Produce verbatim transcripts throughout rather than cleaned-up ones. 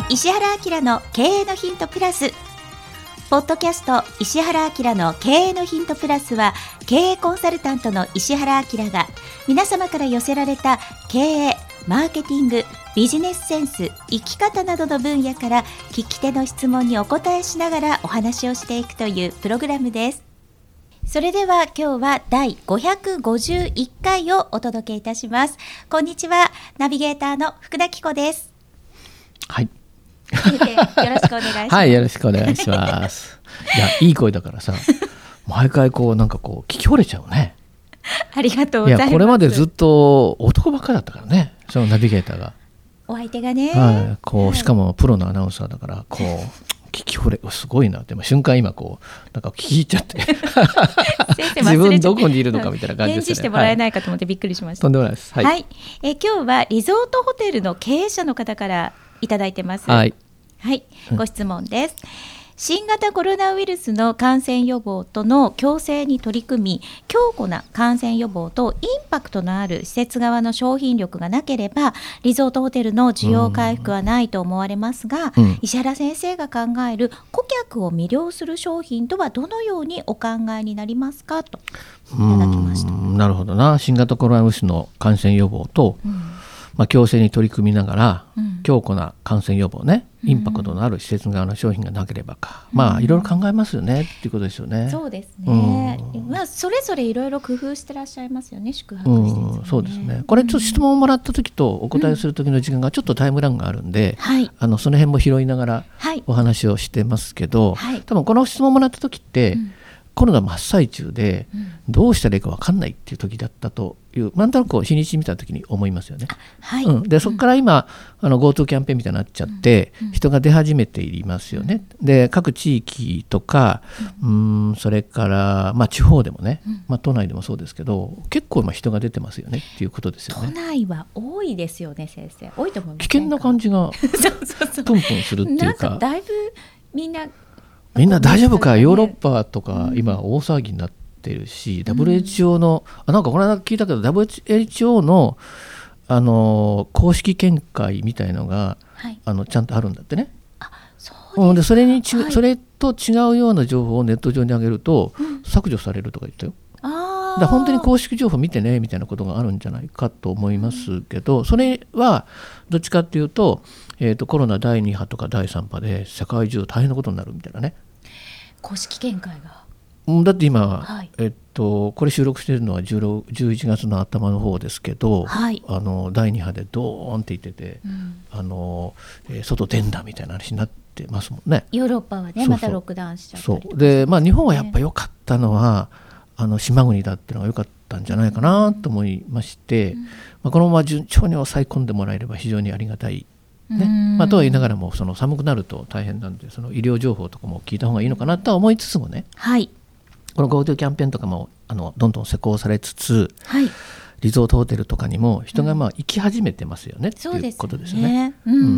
石原明の経営のヒントプラス。ポッドキャスト石原明の経営のヒントプラスは、経営コンサルタントの石原明が皆様から寄せられた経営、マーケティング、ビジネスセンス、生き方などの分野から聞き手の質問にお答えしながらお話をしていくというプログラムです。それでは今日はだいごひゃくごじゅういっかいをお届けいたします。こんにちは、ナビゲーターの福田紀子です。 はい、 よろしくお願いします。 はい、よろしくお願いしますいや、いい声だからさ毎回こうなんかこう聞き惚れちゃうね。 ありがとうございます。 いや、これまでずっと男ばっかりだったからね、そのナビゲーターが。 お相手がね、 はい、こうしかもプロのアナウンサーだからこう聞き惚れ、すごいなって、瞬間今こうなんか聞き入っちゃって自分どこにいるのかみたいな感じですね。 返事してもらえないかと思ってびっくりしました。 はい、とんでもないです。はい、 はい、え今日はリゾートホテルの経営者の方からいただいてます。 はい、 はい、ご質問です。新型コロナウイルスの感染予防との共生に取り組み、強固な感染予防とインパクトのある施設側の商品力がなければ、リゾートホテルの需要回復はないと思われますが、うん、石原先生が考える顧客を魅了する商品とはどのようにお考えになりますか、といただきました。 なるほどな。新型コロナウイルスの感染予防と、うん、まあ、共生に取り組みながら、うん、強固な感染予防ね、インパクトのある施設側の商品がなければか、うん、まあいろいろ考えますよねっていうことですよね。 そうですね、うん、まあ、それぞれいろいろ工夫してらっしゃいますよね、宿泊施設、ね、 うん、そうですね。これちょっと質問をもらった時とお答えする時の時間がちょっとタイムラグがあるんで、うん、はい、あのその辺も拾いながらお話をしてますけど、はい、多分この質問をもらった時って、うん、コロナ真っ最中でどうしたらいいか分かんないっていう時だったという、なんとなく日にち見た時に思いますよね。はい、うん、でそこから今、うん、あの GoTo キャンペーンみたいになっちゃって、うん、人が出始めていますよね。うん、で各地域とか、うん、うんそれから、まあ、地方でもね、うん、まあ、都内でもそうですけど、結構今人が出てますよねっていうことですよね。 都内は多いですよね、先生。多いと思います。 危険な感じがトントンするっていうか、 なんかだいぶみんなみんな大丈夫か、ヨーロッパとか今大騒ぎになってるし、うん、ダブリューエイチオー のあなんかこの間聞いたけど ダブリューエイチオー の, あの公式見解みたいのが、はい、あのちゃんとあるんだってね。 あ、そうですか。 でそれにち、 はい、 それと違うような情報をネット上に上げると、うん、削除されるとか言ったよ。あだ本当に公式情報見てねみたいなことがあるんじゃないかと思いますけど、それはどっちかっていうと、えーと、コロナだいに波とかだいさん波で世界中大変なことになるみたいなね、 公式見解が。 だって今、はい、えっと、これ収録しているのはじゅういちがつの頭の方ですけど、はい、あのだいに波でドーンって言ってて、うん、あのえー、外出んだみたいな話になってますもんね。 ヨーロッパはね、そうそうまたロックダウンしちゃったりとか、 そうで、まあ、日本はやっぱ良かったのは、あの島国だっていうのが良かったんじゃないかなと思いまして、うんまあ、このまま順調に抑え込んでもらえれば非常にありがたいね。まあ、とは言いながらもその寒くなると大変なんで、その医療情報とかも聞いた方がいいのかなとは思いつつもね、はい、この GoTo キャンペーンとかもあのどんどん施行されつつ、はい、リゾートホテルとかにも人がまあ行き始めてますよね、うん、っていうことですよね。うんうん、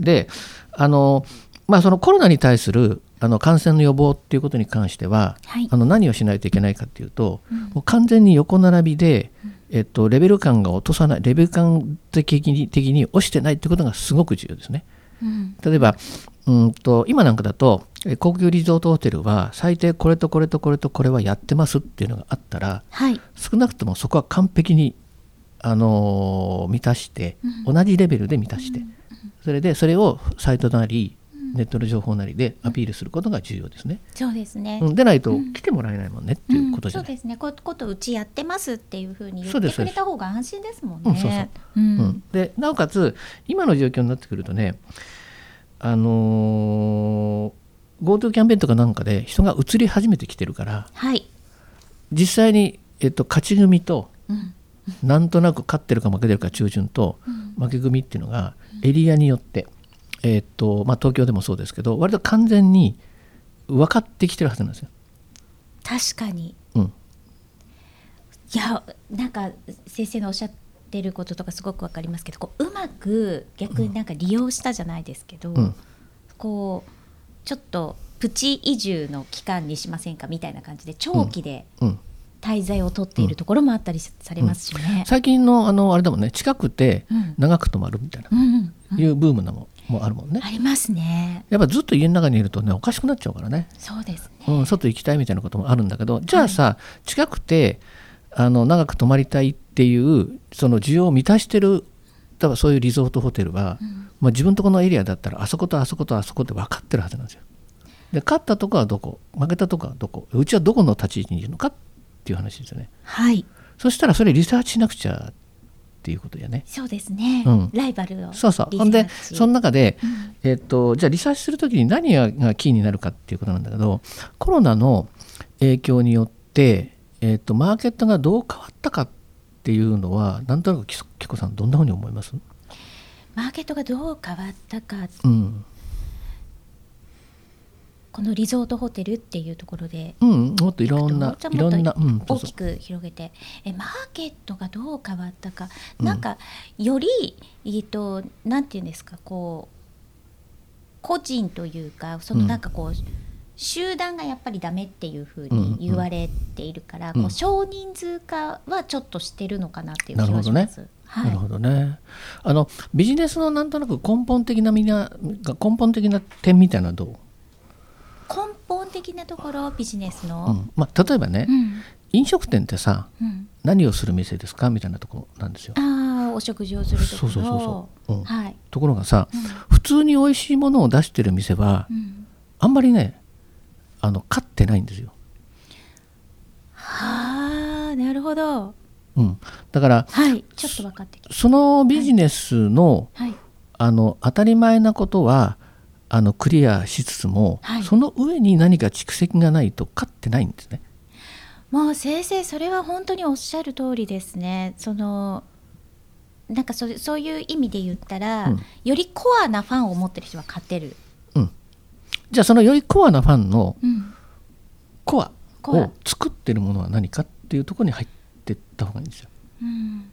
であの、まあ、そのコロナに対するあの感染の予防っていうことに関しては、はい、あの何をしないといけないかっていうと、うん、もう完全に横並びで、うんえっと、レベル感が落とさない、レベル感的に、的に落ちてないってことがすごく重要ですね。うん、例えばうんと今なんかだと高級リゾートホテルは最低これとこれとこれとこれはやってますっていうのがあったら、はい、少なくともそこは完璧に、あのー、満たして、うん、同じレベルで満たして、うん、それでそれをサイトなりネットの情報なりでアピールすることが重要ですね。 うん、そうですね。 でないと来てもらえないもんね、うん、っていうことじゃない。 うん、そうですね。こういうことうちやってますっていうふうに言ってくれた方が安心ですもんね。 うん、そうそう、うんうん、でなおかつ今の状況になってくるとね、あのー、GoTo キャンペーンとかなんかで人が移り始めてきてるから、はい、実際に、えっと、勝ち組と、うん、なんとなく勝ってるか負けてるか中順と、うん、負け組っていうのがエリアによってえーっとまあ、東京でもそうですけど割と完全に分かってきてるはずなんですよ。 確かに、 うん、 いやなんか先生のおっしゃってることとかすごく分かりますけど、こう、うまく逆になんか利用したじゃないですけど、うん、こうちょっとプチ移住の期間にしませんかみたいな感じで長期で滞在を取っているところもあったりされますしね。 うんうん、最近の、あのあれだもんね、近くて長く泊まるみたいな、うん、いうブームなももあるもんね。 ありますね。 やっぱずっと家の中にいるとねおかしくなっちゃうからね。 そうですね、 うん、外行きたいみたいなこともあるんだけど、じゃあさ、はい、近くてあの長く泊まりたいっていうその需要を満たしてる多分そういうリゾートホテルは、うんまあ、自分とこのエリアだったらあそことあそことあそこって分かってるはずなんですよ。で勝ったとこはどこ、負けたとこはどこ、うちはどこの立ち位置にいるのかっていう話ですよね。 はい。 そしたらそれリサーチしなくちゃっていうことやね。 そうですね、 うん、 ライバルをそうそうほんでその中で、うんえー、とじゃあリサーチするときに何がキーになるかっていうことなんだけど、コロナの影響によって、えー、とマーケットがどう変わったかっていうのはなんとなくきこさんどんなふうに思います？ マーケットがどう変わったか、 うん、 このリゾートホテルっていうところで、 うん、もっといろんないろんな、うん、 大きく広げて、えマーケットがどう変わったか、うん、なんかより、えーと、なんていうんですか、こう個人というかそのなんかこう、うん、集団がやっぱりダメっていうふうに言われているから、うんうん、こう少人数化はちょっとしてるのかなっていう気がします。 なるほどね。あのビジネスのなんとなく根本的なみな根本的な点みたいなのはどう？ 根本的なところビジネスの、 うんまあ、例えばね、うん、飲食店ってさ、うん、何をする店ですかみたいなところなんですよ。 あお食事をするところ。 そうそうそうそう、うんはい、 ところがさ、うん、普通に美味しいものを出してる店は、うん、あんまりねあの勝ってないんですよ。 はあなるほど。 うん、だから、 はい、ちょっと分かってきた。 そのビジネスの、はい、あの当たり前なことはあのクリアしつつも、はい、その上に何か蓄積がないと勝ってないんですね。 もう先生それは本当におっしゃる通りですね。そのなんか そ, そういう意味で言ったら、うん、よりコアなファンを持ってる人は勝てる、 うん、じゃあそのよりコアなファンのコアを作ってるものは何かっていうところに入っていった方がいいんですよ。うん、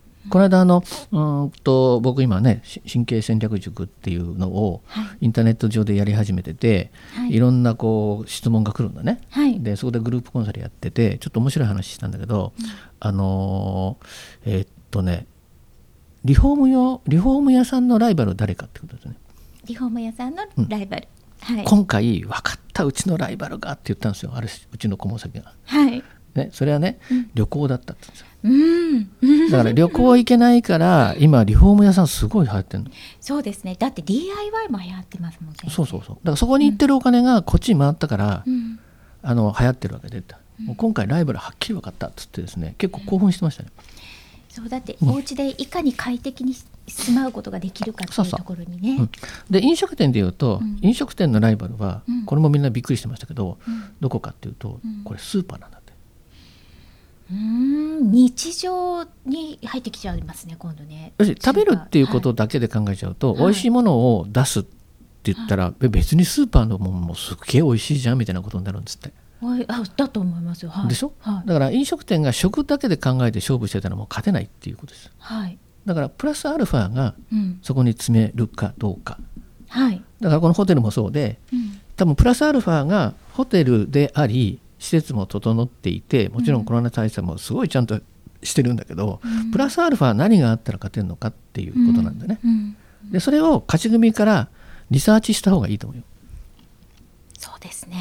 この間あのうんと僕今ね神経戦略塾っていうのをインターネット上でやり始めてて、はい、いろんなこう質問が来るんだね、はい、でそこでグループコンサルやっててちょっと面白い話したんだけど、うん、あのえー、っとねリフォーム用リフォーム屋さんのライバルは誰かってことですね。 リフォーム屋さんのライバル、 うんはい、今回分かったうちのライバルがって言ったんですよ。あるうちの顧問先が、 はいね、それはね、うん、旅行だったって言うんですよ。 だから旅行行けないから今リフォーム屋さんすごい流行ってるの。 そうですね。だって ディーアイワイ も流行ってますもんね。 そうそうそう。だからそこに行ってるお金がこっちに回ったから、うん、あの流行ってるわけで、うん、もう今回ライバルはっきり分かったっつってですね結構興奮してましたね。 うん、そうだってお家でいかに快適に住まうことができるかっていうところにね。 そうそう、うん、で飲食店でいうと、うん、飲食店のライバルは、うん、これもみんなびっくりしてましたけど、うん、どこかっていうと、うん、これスーパーなんだって。 うーん日常に入ってきちゃいますね今度ね。 食べるっていうことだけで考えちゃうと、はい、美味しいものを出すって言ったら、はい、別にスーパーのものもすっげえ美味しいじゃんみたいなことになるんですって。 あだと思いますよ、はい、 でしょ、 はい、 だから飲食店が食だけで考えて勝負してたらもう勝てないっていうことです、 はい、 だからプラスアルファがそこに詰めるかどうか、 うんはい、 だからこのホテルもそうで、うん、多分プラスアルファがホテルであり施設も整っていてもちろんコロナ対策もすごいちゃんとしてるんだけど、うん、プラスアルファ何があったら勝てるのかっていうことなんだね、うんうん、でそれを勝ち組からリサーチした方がいいと思うよ。 そうですね、 うん、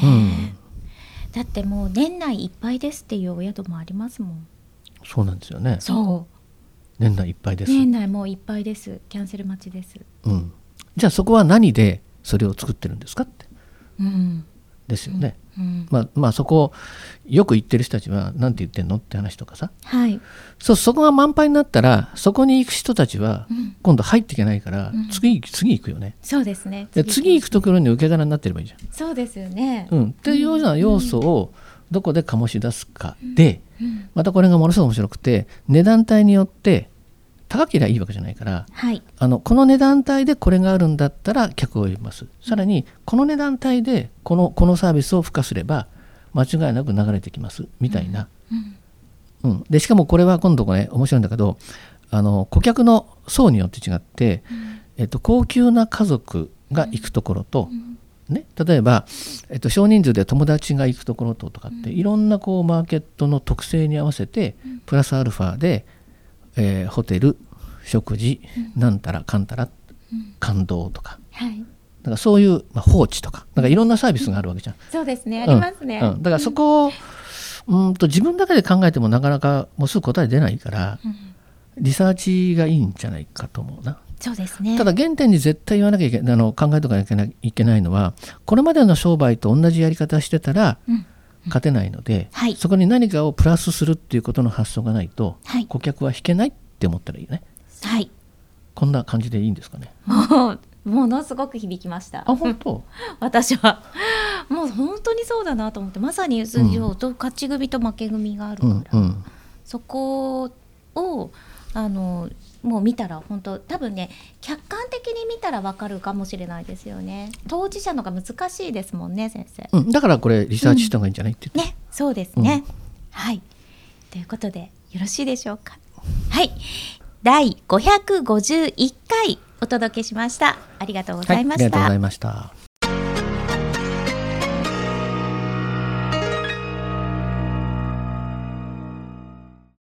だってもう年内いっぱいですっていうお宿もありますもん。 そうなんですよね。 そう年内いっぱいです。 年内もういっぱいです。キャンセル待ちです、 うん、じゃあそこは何でそれを作ってるんですかって、うん、ですよね、うんうんまあ、まあそこをよく言ってる人たちは何て言ってんのって話とかさ、 はい、 そ, そこが満杯になったらそこに行く人たちは今度入っていけないから、うん、次, 次行くよね。 そうですね。 で次行くところに受け皿になってればいいじゃん。 そうですよね、 うん、っていうような要素をどこで醸し出すかで、うんうん、またこれがものすごく面白くて値段帯によって高ければいいわけじゃないから、はい、あのこの値段帯でこれがあるんだったら客を呼びます。さらにこの値段帯でこの、このサービスを付加すれば間違いなく流れてきますみたいな、うんうん、でしかもこれは今度ね面白いんだけどあの顧客の層によって違って、うんえっと、高級な家族が行くところと、うんね、例えば、えっと、少人数で友達が行くところととかって、うん、いろんなこうマーケットの特性に合わせて、うん、プラスアルファでえー、ホテル食事、うん、なんたらかんたら、うん、感動とか、 はい、 だからそういう、まあ、放置とかなんかいろんなサービスがあるわけじゃん。 そうですね、ありますね、 うんうん、だからそこを、うんと自分だけで考えてもなかなかもうすぐ答え出ないから、うん、リサーチがいいんじゃないかと思うな。 そうですね。 ただ原点に絶対言わなきゃいけない、あの考えとかなきゃいけないのは、これまでの商売と同じやり方してたら勝てないので、うんうん、はい、そこに何かをプラスするっていうことの発想がないと、はい、顧客は引けないって思ったらいいね。はい、こんな感じでいいんですかね。 もうものすごく響きました。 あ、本当私はもう本当にそうだなと思って、まさに数字をと勝ち組と負け組があるから、うんうん、そこをあのもう見たら本当多分ね、客観的に見たら分かるかもしれないですよね。当事者のが難しいですもんね、先生、 うん、だからこれリサーチした方がいいんじゃない、うん、って言って、 ね、そうですね、うん、はい、ということでよろしいでしょうか。はい、だいごひゃくごじゅういっかいお届けしました。ありがとうございました。 はい、ありがとうございました。